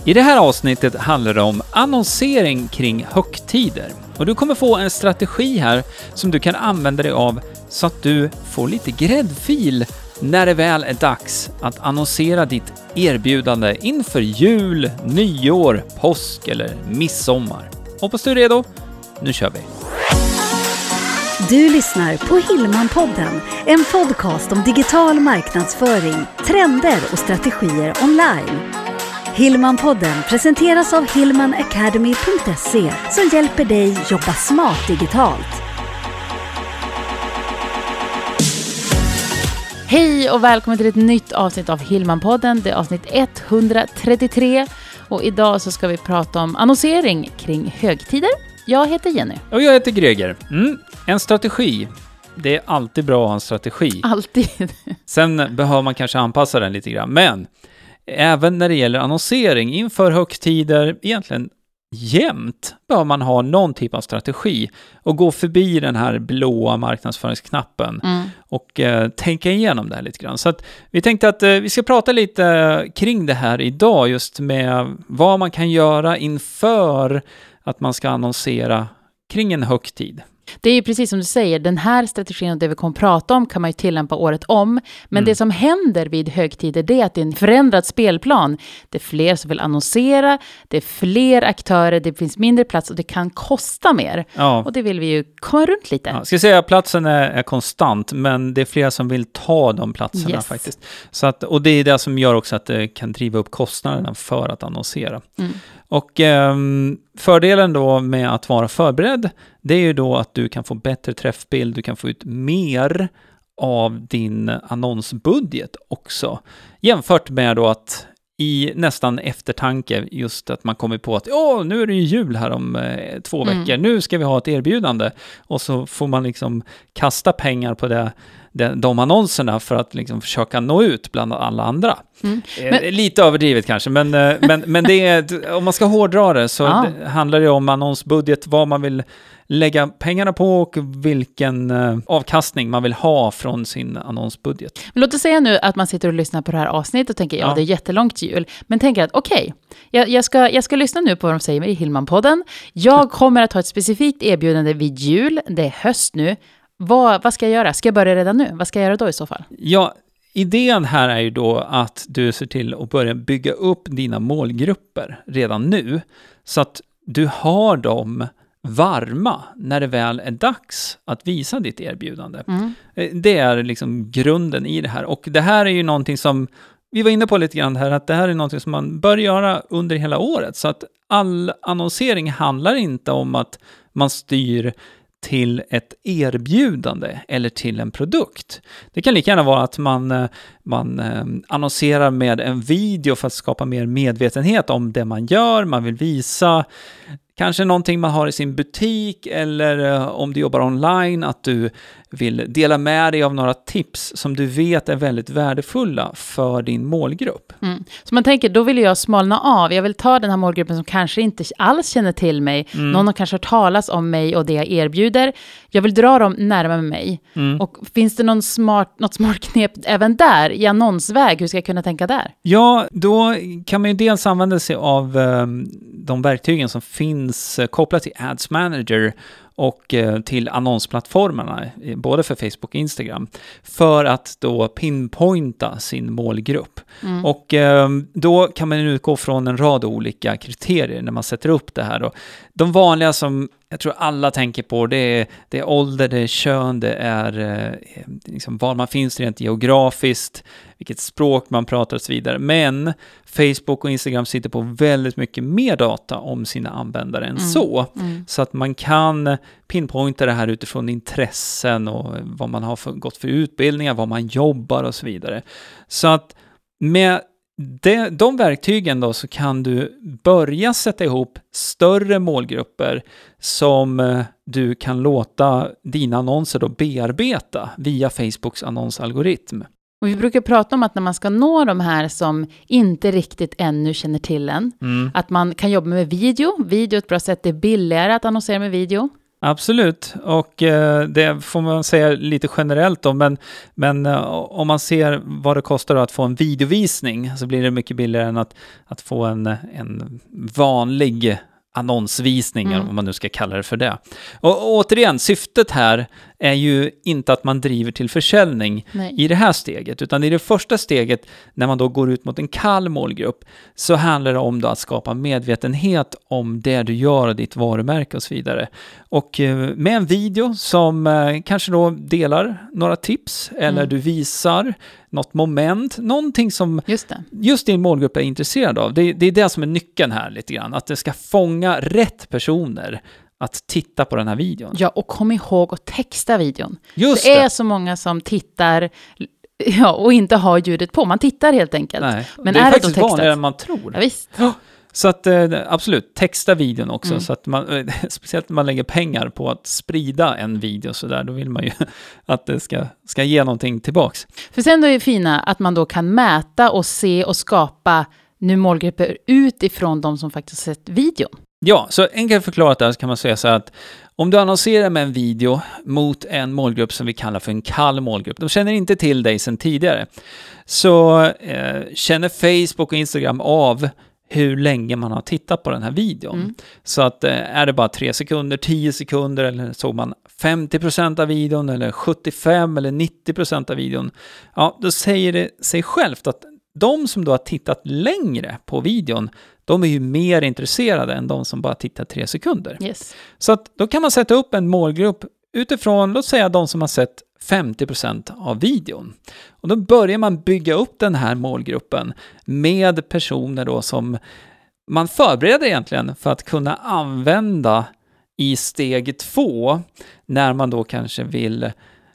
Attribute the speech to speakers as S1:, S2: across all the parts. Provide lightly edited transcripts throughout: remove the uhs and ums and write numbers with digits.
S1: I det här avsnittet handlar det om annonsering kring högtider. Och du kommer få en strategi här som du kan använda dig av så att du får lite gräddfil när det väl är dags att annonsera ditt erbjudande inför jul, nyår, påsk eller midsommar. Hoppas du är redo. Nu kör vi!
S2: Du lyssnar på Hillman-podden, en podcast om digital marknadsföring, trender och strategier online. Hillman-podden presenteras av hillmanacademy.se som hjälper dig jobba smart digitalt.
S3: Hej och välkommen till ett nytt avsnitt av Hillman-podden. Det är avsnitt 133 och idag så ska vi prata om annonsering kring högtider. Jag heter Jenny.
S1: Och jag heter Greger. En strategi. Det är alltid bra att ha en strategi.
S3: Alltid.
S1: Sen behöver man kanske anpassa den lite grann. Men även när det gäller annonsering inför högtider, egentligen jämt, behöver man ha någon typ av strategi och gå förbi den här blåa marknadsföringsknappen och tänka igenom det här lite grann. Så att vi tänkte att vi ska prata lite kring det här idag, just med vad man kan göra inför att man ska annonsera kring en högtid.
S3: Det är ju precis som du säger, den här strategin och det vi kommer att prata om kan man ju tillämpa året om. Men det som händer vid högtider, det är att det är en förändrad spelplan. Det är fler som vill annonsera, det är fler aktörer, det finns mindre plats och det kan kosta mer. Ja. Och det vill vi ju komma runt lite.
S1: Ja, ska jag säga att platsen är konstant, men det är fler som vill ta de platserna faktiskt. Så att, och det är det som gör också att det kan driva upp kostnaderna för att annonsera. Och fördelen då med att vara förberedd, det är ju då att du kan få bättre träffbild, du kan få ut mer av din annonsbudget också. Jämfört med då att i nästan eftertanke just att man kommer på att nu är det ju jul här om 2 veckor, nu ska vi ha ett erbjudande. Och så får man liksom kasta pengar på de annonserna för att liksom försöka nå ut bland alla andra. Lite överdrivet kanske, men det är, om man ska hårdra det så det handlar det om annonsbudget, vad man vill lägga pengarna på och vilken avkastning man vill ha från sin annonsbudget.
S3: Men låt oss säga nu att man sitter och lyssnar på det här avsnittet och tänker, det är jättelångt jul. Men tänker att jag ska lyssna nu på vad de säger i Hillman-podden. Jag kommer att ha ett specifikt erbjudande vid jul. Det är höst nu. Vad ska jag göra? Ska jag börja redan nu? Vad ska jag göra då i så fall?
S1: Ja, idén här är ju då att du ser till att börja bygga upp dina målgrupper redan nu. Så att du har dem varma när det väl är dags att visa ditt erbjudande. Det är liksom grunden i det här. Och det här är ju någonting som vi var inne på lite grann här, att det här är någonting som man bör göra under hela året. Så att all annonsering handlar inte om att man styr till ett erbjudande eller till en produkt. Det kan lika gärna vara att man annonserar med en video för att skapa mer medvetenhet om det man gör. Man vill visa kanske någonting man har i sin butik, eller om du jobbar online, att du vill dela med dig av några tips som du vet är väldigt värdefulla för din målgrupp.
S3: Så man tänker, då vill jag smalna av. Jag vill ta den här målgruppen som kanske inte alls känner till mig. Någon har kanske hört talas om mig och det jag erbjuder. Jag vill dra dem närmare mig. Och finns det något smart knep även där i annonsväg? Hur ska jag kunna tänka där?
S1: Ja, då kan man ju dels använda sig av de verktygen som finns kopplat till Ads Manager och till annonsplattformarna, både för Facebook och Instagram, för att då pinpointa sin målgrupp. Och då kan man utgå från en rad olika kriterier när man sätter upp det här. Och de vanliga som jag tror alla tänker på, det är ålder, det är kön, det är liksom var man finns rent geografiskt, vilket språk man pratar och så vidare. Men Facebook och Instagram sitter på väldigt mycket mer data om sina användare än så. Så att man kan pinpointa det här utifrån intressen och vad man har gått för utbildningar, vad man jobbar och så vidare. Så att med de verktygen då så kan du börja sätta ihop större målgrupper som du kan låta dina annonser då bearbeta via Facebooks annonsalgoritm.
S3: Och vi brukar prata om att när man ska nå de här som inte riktigt ännu känner till en, att man kan jobba med video. Video är ett bra sätt, det är billigare att annonsera med video.
S1: Absolut, och det får man säga lite generellt då, men om man ser vad det kostar att få en videovisning så blir det mycket billigare än att få en vanlig annonsvisning, om man nu ska kalla det för det. Och återigen, syftet här är ju inte att man driver till försäljning i det här steget, utan i det första steget när man då går ut mot en kall målgrupp så handlar det om då att skapa medvetenhet om det du gör och ditt varumärke och så vidare. Och med en video som kanske då delar några tips eller du visar något moment, någonting som just din målgrupp är intresserad av. Det är det som är nyckeln här lite grann, att det ska fånga rätt personer att titta på den här videon.
S3: Ja, och kom ihåg att texta videon.
S1: Just
S3: det är så många som tittar och inte har ljudet på. Man tittar helt enkelt.
S1: Nej,
S3: men
S1: det är faktiskt
S3: då
S1: vanligare än man tror.
S3: Ja, visst.
S1: Så att absolut, texta videon också. Så att man, speciellt när man lägger pengar på att sprida en video så där, då vill man ju att det ska ge någonting tillbaks.
S3: För sen då är det fina att man då kan mäta och se och skapa nu målgrupper utifrån de som faktiskt sett videon.
S1: Ja, så enkelt förklarat där så kan man säga så här att om du annonserar med en video mot en målgrupp som vi kallar för en kall målgrupp, de känner inte till dig sedan tidigare, så känner Facebook och Instagram av hur länge man har tittat på den här videon. Så att är det bara 3 sekunder, 10 sekunder eller såg man 50% av videon eller 75 eller 90% av videon, ja, då säger det sig självt att de som då har tittat längre på videon, de är ju mer intresserade än de som bara tittar 3 sekunder.
S3: Yes.
S1: Så att då kan man sätta upp en målgrupp utifrån, låt säga de som har sett 50% av videon. Och då börjar man bygga upp den här målgruppen med personer då som man förbereder egentligen för att kunna använda i steg 2 när man då kanske vill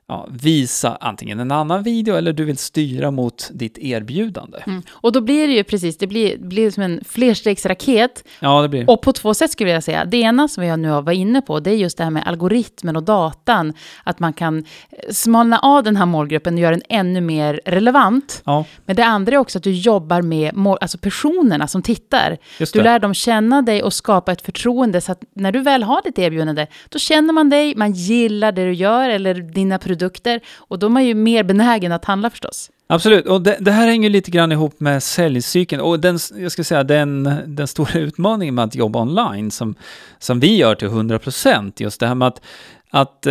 S1: visa antingen en annan video eller du vill styra mot ditt erbjudande.
S3: Och då blir det ju precis, det blir som en flerstegsraket.
S1: Ja, det blir.
S3: Och på 2 sätt skulle jag säga. Det ena som jag nu har varit inne på, det är just det här med algoritmen och datan. Att man kan smalna av den här målgruppen och göra den ännu mer relevant.
S1: Ja.
S3: Men det andra är också att du jobbar med alltså personerna som tittar. Du lär dem känna dig och skapa ett förtroende så att när du väl har ditt erbjudande, då känner man dig, man gillar det du gör eller dina produkter, och då är man ju mer benägen att handla förstås.
S1: Absolut, och det här hänger lite grann ihop med säljcykeln och jag ska säga den stora utmaningen med att jobba online som vi gör till 100%, just det här med att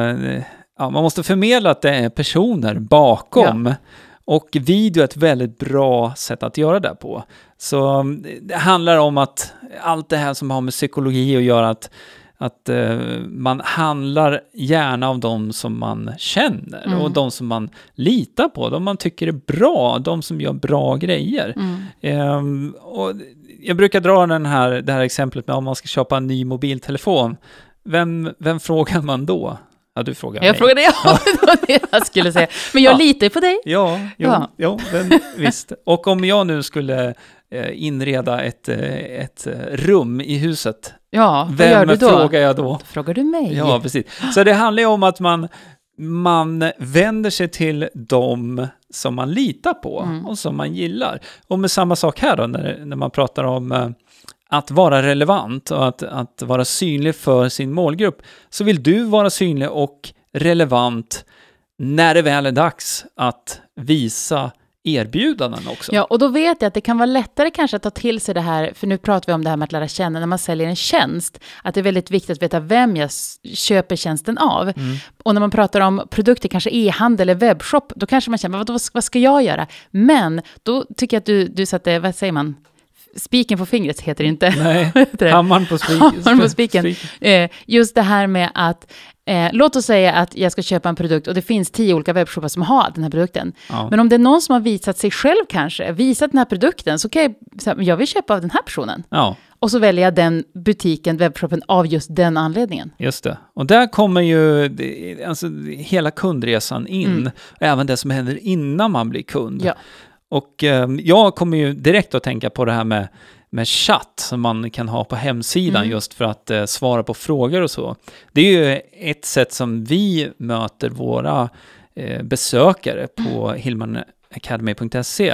S1: man måste förmedla att det är personer bakom. Ja. Och video är ett väldigt bra sätt att göra det på. Så det handlar om att allt det här som har med psykologi att göra, att man handlar gärna av de som man känner och de som man litar på, de man tycker är bra, de som gör bra grejer. Och jag brukar dra det här exemplet med om man ska köpa en ny mobiltelefon. Vem frågar man då? Ja, du frågar mig.
S3: Jag frågade det var det jag skulle säga. Men jag litar på dig.
S1: Ja, visst. Och om jag nu skulle inreda ett rum i huset.
S3: Ja, vad gör du då?
S1: Frågar jag då?
S3: Då frågar du mig.
S1: Ja, precis. Så det handlar ju om att man vänder sig till dem som man litar på och som man gillar. Och med samma sak här då, när man pratar om att vara relevant och att vara synlig för sin målgrupp, så vill du vara synlig och relevant när det väl är dags att visa erbjudanden också.
S3: Ja, och då vet jag att det kan vara lättare kanske att ta till sig det här, för nu pratar vi om det här med att lära känna när man säljer en tjänst, att det är väldigt viktigt att veta vem jag köper tjänsten av. Och när man pratar om produkter, kanske e-handel eller webbshop, då kanske man känner, vad ska jag göra? Men då tycker jag att du satte, vad säger man? Spiken på fingret heter det inte.
S1: Nej, hammaren på spiken.
S3: Just det här med att låt oss säga att jag ska köpa en produkt och det finns 10 olika webbshoppar som har den här produkten. Ja. Men om det är någon som har visat sig själv kanske, visat den här produkten, så kan jag vill köpa av den här personen. Ja. Och så väljer jag den butiken, webbshoppen, av just den anledningen.
S1: Just det. Och där kommer ju hela kundresan in. Även det som händer innan man blir kund. Ja. Och jag kommer ju direkt att tänka på det här med chatt som man kan ha på hemsidan just för att svara på frågor och så. Det är ju ett sätt som vi möter våra besökare på hillmanacademy.se.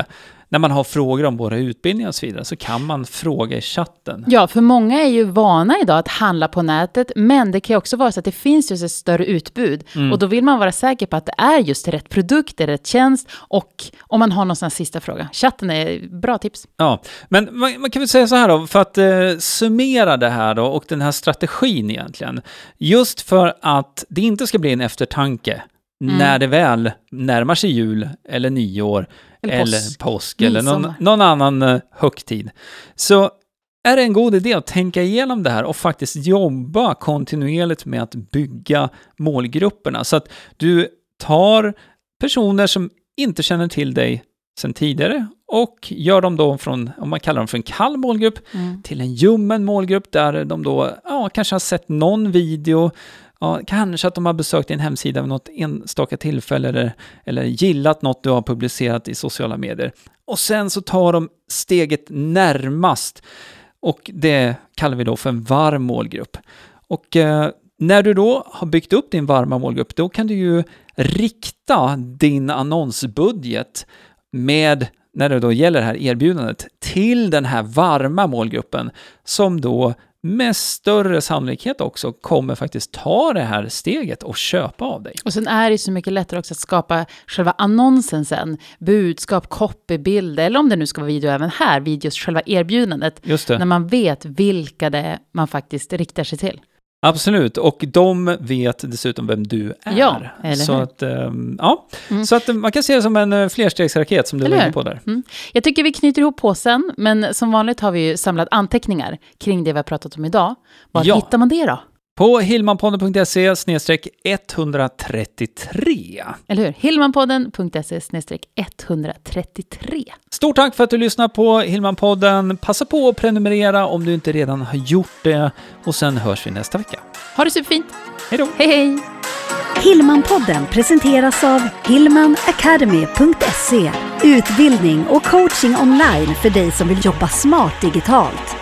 S1: när man har frågor om våra utbildningar och så vidare, så kan man fråga i chatten.
S3: Ja, för många är ju vana idag att handla på nätet, men det kan ju också vara så att det finns just ett större utbud. Och då vill man vara säker på att det är just rätt produkt, rätt tjänst, och om man har någon sån här sista fråga. Chatten är bra tips.
S1: Ja, men man kan väl säga så här då, för att summera det här då, och den här strategin egentligen, just för att det inte ska bli en eftertanke när det väl närmar sig jul eller nyår eller påsk eller någon annan högtid, så är det en god idé att tänka igenom det här och faktiskt jobba kontinuerligt med att bygga målgrupperna, så att du tar personer som inte känner till dig sedan tidigare och gör dem då från, om man kallar dem för en kall målgrupp, till en ljummen målgrupp där de då kanske har sett någon video, kanske att de har besökt din hemsida vid något enstaka tillfälle eller gillat något du har publicerat i sociala medier. Och sen så tar de steget närmast, och det kallar vi då för en varm målgrupp. Och när du då har byggt upp din varma målgrupp, då kan du ju rikta din annonsbudget med, när det då gäller det här erbjudandet, till den här varma målgruppen, som då med större sannolikhet också kommer faktiskt ta det här steget och köpa av dig.
S3: Och sen är det så mycket lättare också att skapa själva annonsen sen. Budskap, copybild, eller om det nu ska vara video även här, videos, själva erbjudandet.
S1: Just det.
S3: När man vet vilka det man faktiskt riktar sig till.
S1: Absolut, och de vet dessutom vem du är.
S3: Ja, eller
S1: så
S3: hur?
S1: Att, så att man kan se det som en flerstegsraket som du var inne på där.
S3: Jag tycker vi knyter ihop påsen, men som vanligt har vi ju samlat anteckningar kring det vi har pratat om idag. Var hittar man det då?
S1: På hillmanpodden.se/133.
S3: Eller hur? hillmanpodden.se/133.
S1: Stort tack för att du lyssnar på Hillmanpodden. Passa på att prenumerera om du inte redan har gjort det. Och sen hörs vi nästa vecka.
S3: Ha det superfint.
S1: Hej då.
S3: Hej hej.
S2: Hillmanpodden presenteras av hillmanacademy.se. Utbildning och coaching online för dig som vill jobba smart digitalt.